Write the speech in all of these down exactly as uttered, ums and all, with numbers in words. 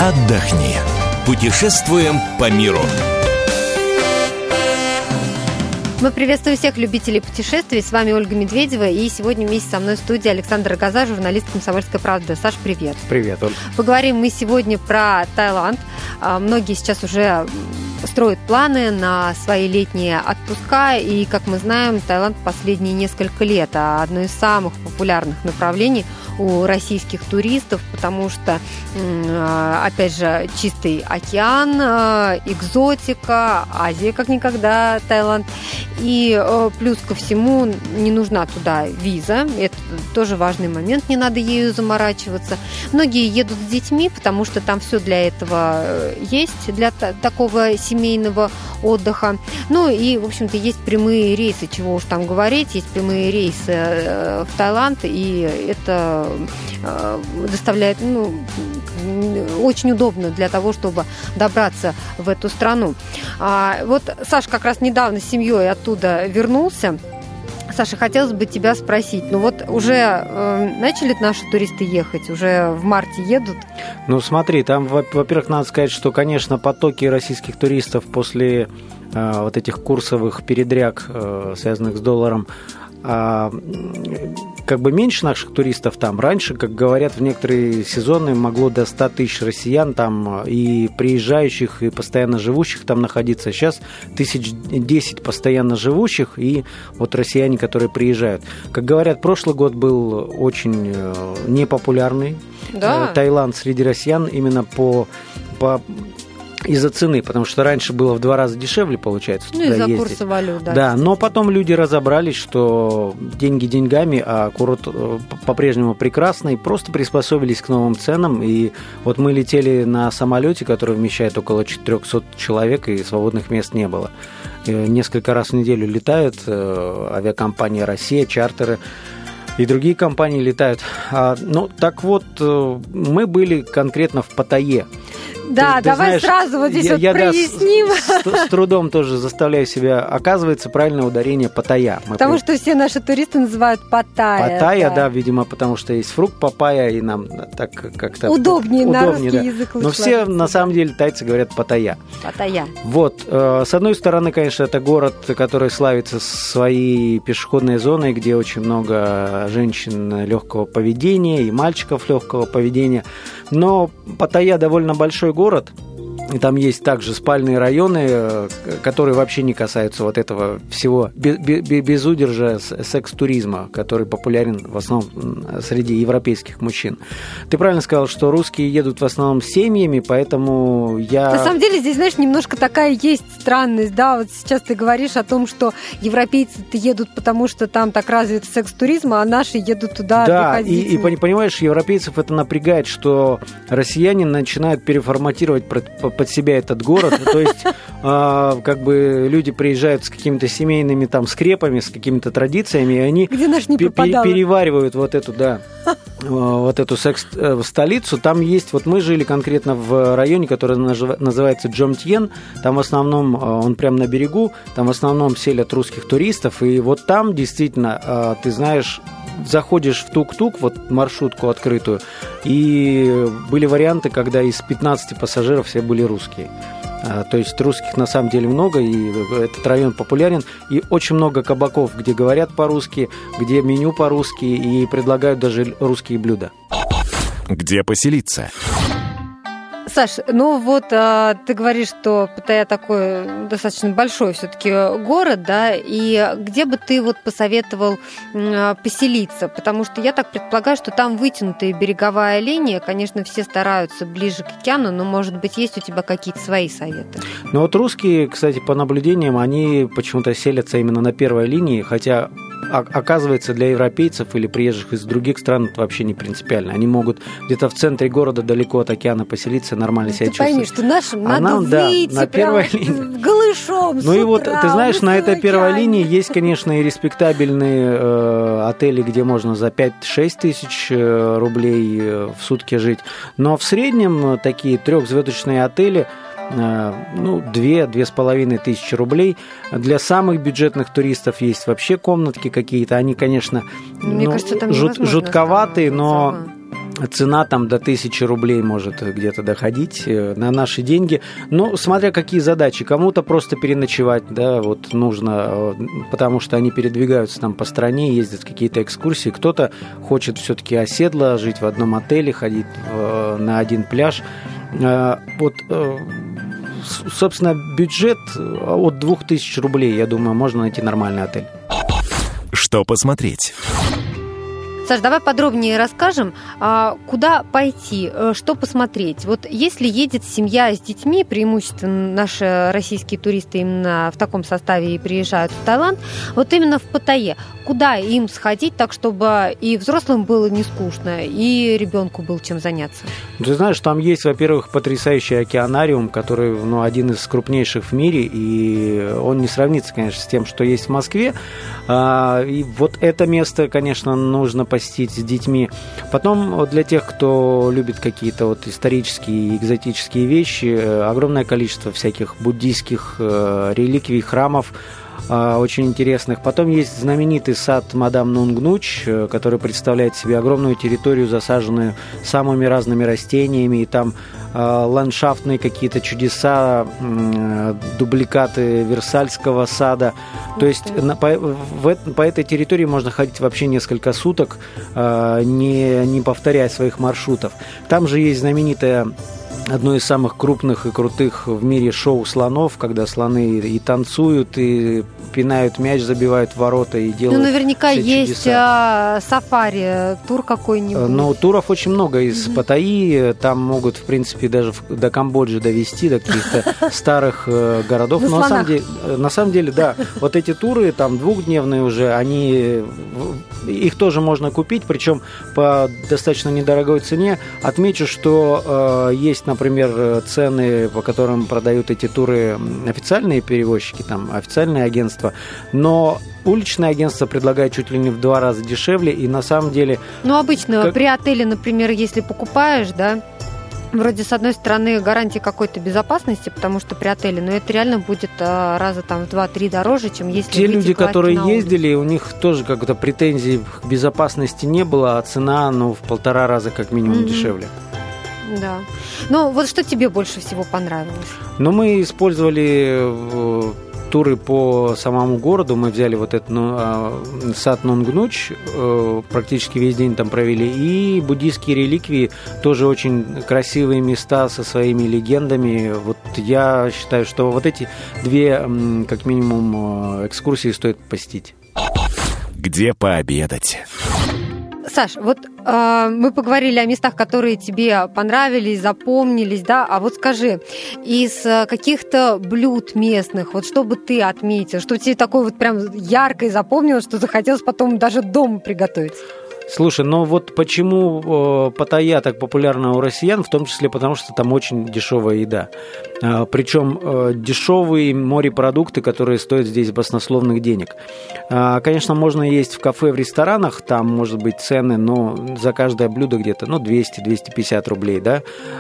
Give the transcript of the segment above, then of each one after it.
отдохни. Путешествуем по миру. Мы приветствуем всех любителей путешествий. С вами Ольга Медведева. И сегодня вместе со мной в студии Александр Рогоза, журналист «Комсомольской правды». Саш, привет. Привет, Оль. Поговорим мы сегодня про Таиланд. Многие сейчас уже строят планы на свои летние отпуска. И, как мы знаем, Таиланд последние несколько лет одно из самых популярных направлений у российских туристов, потому что, опять же, чистый океан, экзотика, Азия как никогда, Таиланд. И плюс ко всему не нужна туда виза, это тоже важный момент, не надо ею заморачиваться. Многие едут с детьми, потому что там все для этого есть, для такого семейного отдыха. Ну и, в общем-то, есть прямые рейсы, чего уж там говорить, есть прямые рейсы в Таиланд, и это доставляет, ну, очень удобно для того, чтобы добраться в эту страну. А, вот Саша как раз недавно с семьей оттуда вернулся. Саша, хотелось бы тебя спросить, ну вот уже э, начали наши туристы ехать, уже в марте едут? Ну смотри, там, во-первых, надо сказать, что, конечно, потоки российских туристов после э, вот этих курсовых передряг, э, связанных с долларом, А, как бы меньше наших туристов там. Раньше, как говорят, в некоторые сезоны могло до ста тысяч россиян там и приезжающих, и постоянно живущих там находиться. Сейчас тысяч десять постоянно живущих и вот россияне, которые приезжают. Как говорят, прошлый год был очень непопулярный. Да. Таиланд среди россиян именно по... по из-за цены, потому что раньше было в два раза дешевле, получается. Ну, из-за ездить. Курса валют, да. Да, но потом люди разобрались, что деньги деньгами, а курорт по-прежнему прекрасный, просто приспособились к новым ценам. И вот мы летели на самолете, который вмещает около четыреста человек, и свободных мест не было. И несколько раз в неделю летают авиакомпания «Россия», чартеры. И другие компании летают. А, ну, так вот, мы были конкретно в Паттайе. Да, ты, ты давай знаешь, сразу вот здесь я, вот я, проясним. Да, с, с трудом тоже заставляю себя. Оказывается, правильное ударение Паттайя. Мы потому при... что все наши туристы называют Паттайя. Паттайя, да. да, видимо, потому что есть фрукт папайя, и нам так как-то... Удобнее, удобнее на русский да. язык. Но все, ложится, на самом деле, тайцы говорят Паттайя. Паттайя. Вот. С одной стороны, конечно, это город, который славится своей пешеходной зоной, где очень много женщин легкого поведения и мальчиков легкого поведения. Но Паттайя довольно большой город, и там есть также спальные районы, которые вообще не касаются вот этого всего безудержа секс-туризма, который популярен в основном среди европейских мужчин. Ты правильно сказал, что русские едут в основном семьями, поэтому я... На самом деле здесь, знаешь, немножко такая есть странность, да, вот сейчас ты говоришь о том, что европейцы едут, потому что там так развит секс-туризм, а наши едут туда да, отдыхать. И, и понимаешь, европейцев это напрягает, что россияне начинают переформатировать под себя этот город, то есть э, как бы люди приезжают с какими-то семейными там скрепами, с какими-то традициями, и они Где наш не пер- переваривают вот эту, да, вот эту секс-столицу. Там есть, вот мы жили конкретно в районе, который называется Джомтьен, там в основном, он прямо на берегу, там в основном селят русских туристов, и вот там действительно, ты знаешь, заходишь в тук-тук, вот маршрутку открытую, и были варианты, когда из пятнадцати пассажиров все были русские. То есть русских на самом деле много, и этот район популярен. И очень много кабаков, где говорят по-русски, где меню по-русски, и предлагают даже русские блюда. Где поселиться? Саш, ну вот а, ты говоришь, что Паттайя такой достаточно большой все-таки город, да, и где бы ты вот посоветовал а, поселиться? Потому что я так предполагаю, что там вытянутая береговая линия, конечно, все стараются ближе к океану, но, может быть, есть у тебя какие-то свои советы? Ну вот русские, кстати, по наблюдениям, они почему-то селятся именно на первой линии, хотя оказывается, для европейцев или приезжих из других стран это вообще не принципиально. Они могут где-то в центре города, далеко от океана поселиться, нормально себя ты чувствовать. Ты пойми, что нашим а надо нам, выйти да, на первой линии голышом. Ну и вот, ты знаешь, на этой первой океане. линии есть, конечно, и респектабельные э, отели, где можно за пять-шесть тысяч э, рублей э, в сутки жить. Но в среднем э, такие трехзвездочные отели, ну, две-две с половиной тысячи рублей. Для самых бюджетных туристов есть вообще комнатки какие-то. Они, конечно, Мне ну, кажется, там жут, жутковатые, но цена там до тысячи рублей может где-то доходить на наши деньги. Но смотря какие задачи. Кому-то просто переночевать, да, вот нужно, потому что они передвигаются там по стране, ездят в какие-то экскурсии. Кто-то хочет все-таки оседло, жить в одном отеле, ходить на один пляж. Вот, собственно, бюджет от двух тысяч рублей, я думаю, можно найти нормальный отель. Что посмотреть? Саш, давай подробнее расскажем, куда пойти, что посмотреть. Вот если едет семья с детьми, преимущественно наши российские туристы именно в таком составе и приезжают в Таиланд, вот именно в Паттайе, куда им сходить так, чтобы и взрослым было не скучно, и ребенку было чем заняться? Ты знаешь, там есть, во-первых, потрясающий океанариум, который, ну, один из крупнейших в мире, и он не сравнится, конечно, с тем, что есть в Москве. И вот это место, конечно, нужно посетить с детьми. Потом для тех, кто любит какие-то вот исторические и экзотические вещи, огромное количество всяких буддийских реликвий, храмов, очень интересных. Потом есть знаменитый сад Мадам Нунгнуч, который представляет себе огромную территорию, засаженную самыми разными растениями, и там ландшафтные какие-то чудеса, дубликаты Версальского сада. То есть на, по, в, по этой территории можно ходить вообще несколько суток, не, не повторяя своих маршрутов. Там же есть знаменитая, одно из самых крупных и крутых в мире шоу слонов, когда слоны и танцуют, и пинают мяч, забивают в ворота и делают. Ну, наверняка есть чудеса. Сафари, тур какой-нибудь. Ну, туров очень много из mm-hmm. Паттайи. Там могут, в принципе, даже до Камбоджи довести, до каких-то старых городов. Но на самом деле, на самом деле, да, вот эти туры, там двухдневные уже, они, их тоже можно купить, причем по достаточно недорогой цене. Отмечу, что есть, например, цены, по которым продают эти туры официальные перевозчики, там официальные агентства, но уличное агентство предлагает чуть ли не в два раза дешевле, и на самом деле... Ну, обычно как... при отеле, например, если покупаешь, да, вроде с одной стороны гарантия какой-то безопасности, потому что при отеле, но это реально будет а, раза там в два-три дороже, чем если те люди, которые на ездили, у них тоже как-то претензий к безопасности не было, а цена, ну, в полтора раза как минимум mm-hmm. дешевле. Да. Ну, вот что тебе больше всего понравилось? Ну, мы использовали туры по самому городу. Мы взяли вот этот ну, сад Нунгнуч, практически весь день там провели. И буддийские реликвии, тоже очень красивые места со своими легендами. Вот я считаю, что вот эти две, как минимум, экскурсии стоит посетить. Где пообедать? Саш, вот э, мы поговорили о местах, которые тебе понравились, запомнились, да, а вот скажи, из каких-то блюд местных, вот что бы ты отметил, что тебе такое вот прям яркое запомнилось, что захотелось потом даже дома приготовить? Слушай, ну вот почему э, Паттайя так популярна у россиян, в том числе потому, что там очень дешевая еда. Э, причем э, дешевые морепродукты, которые стоят здесь баснословных денег. Э, конечно, можно есть в кафе, в ресторанах, там может быть цены, но за каждое блюдо где-то ну, двести-двести пятьдесят рублей, да.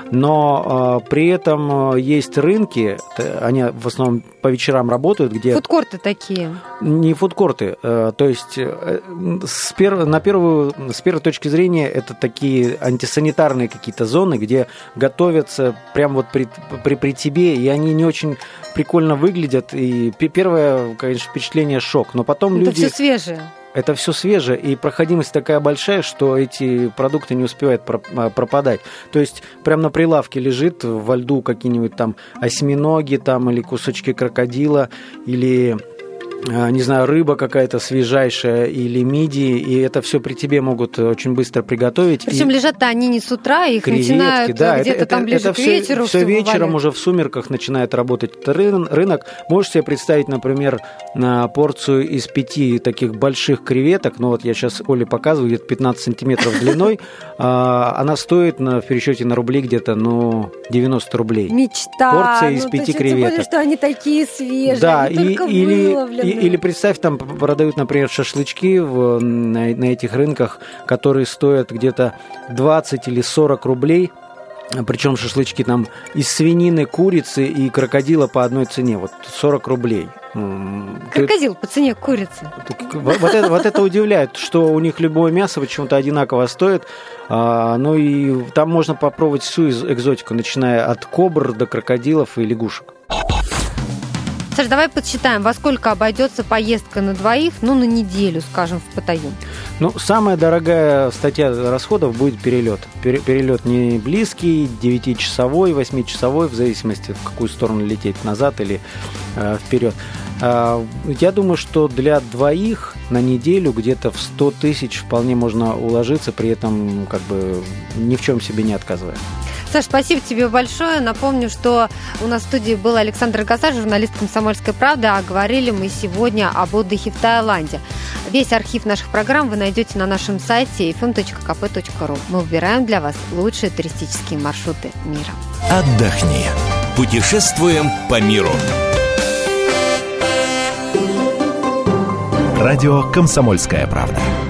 Но э, при этом есть рынки, они в основном по вечерам работают, где... Фудкорты такие. Не фудкорты, э, то есть э, с пер... на первую С первой точки зрения, это такие антисанитарные какие-то зоны, где готовятся прямо вот при, при, при тебе, и они не очень прикольно выглядят. И первое, конечно, впечатление шок, но потом это люди... Это все свежее. Это все свежее, и проходимость такая большая, что эти продукты не успевают пропадать. То есть прямо на прилавке лежит во льду какие-нибудь там осьминоги там, или кусочки крокодила, или... не знаю, рыба какая-то свежайшая или мидии, и это все при тебе могут очень быстро приготовить. Причем лежат-то они не с утра, их креветки, начинают да, где-то это, там ближе это, это к вечеру. Все, все вечером вываливать. Уже в сумерках начинает работать рынок. Можешь себе представить, например, порцию из пяти таких больших креветок, ну вот я сейчас Оле показываю, где-то пятнадцать сантиметров длиной, она стоит в пересчете на рубли где-то, ну, девяносто рублей. Мечта! Порция из ну, пяти то креветок. Тем более, что они такие свежие, да, они и, только или, выловлены. Или представь, там продают, например, шашлычки в, на, на этих рынках, которые стоят где-то двадцать или сорок рублей. Причем шашлычки там из свинины, курицы и крокодила по одной цене. Вот сорок рублей. Крокодил по цене курицы. Вот это, вот это удивляет, что у них любое мясо почему-то одинаково стоит. А, ну и там можно попробовать всю экзотику, начиная от кобр до крокодилов и лягушек. Саш, давай подсчитаем, во сколько обойдется поездка на двоих, ну, на неделю, скажем, в Паттайю. Ну, самая дорогая статья расходов будет перелет. Перелет не близкий, девятичасовой, восьмичасовой, в зависимости, в какую сторону лететь, назад или э, вперед. Э, я думаю, что для двоих на неделю где-то в сто тысяч вполне можно уложиться, при этом как бы ни в чем себе не отказывая. Саш, спасибо тебе большое. Напомню, что у нас в студии был Александр Гасаш, журналист «Комсомольской правды», а говорили мы сегодня об отдыхе в Таиланде. Весь архив наших программ вы найдете на нашем сайте эф эм точка ка пэ точка ру. Мы выбираем для вас лучшие туристические маршруты мира. Отдохни. Путешествуем по миру. Радио «Комсомольская правда».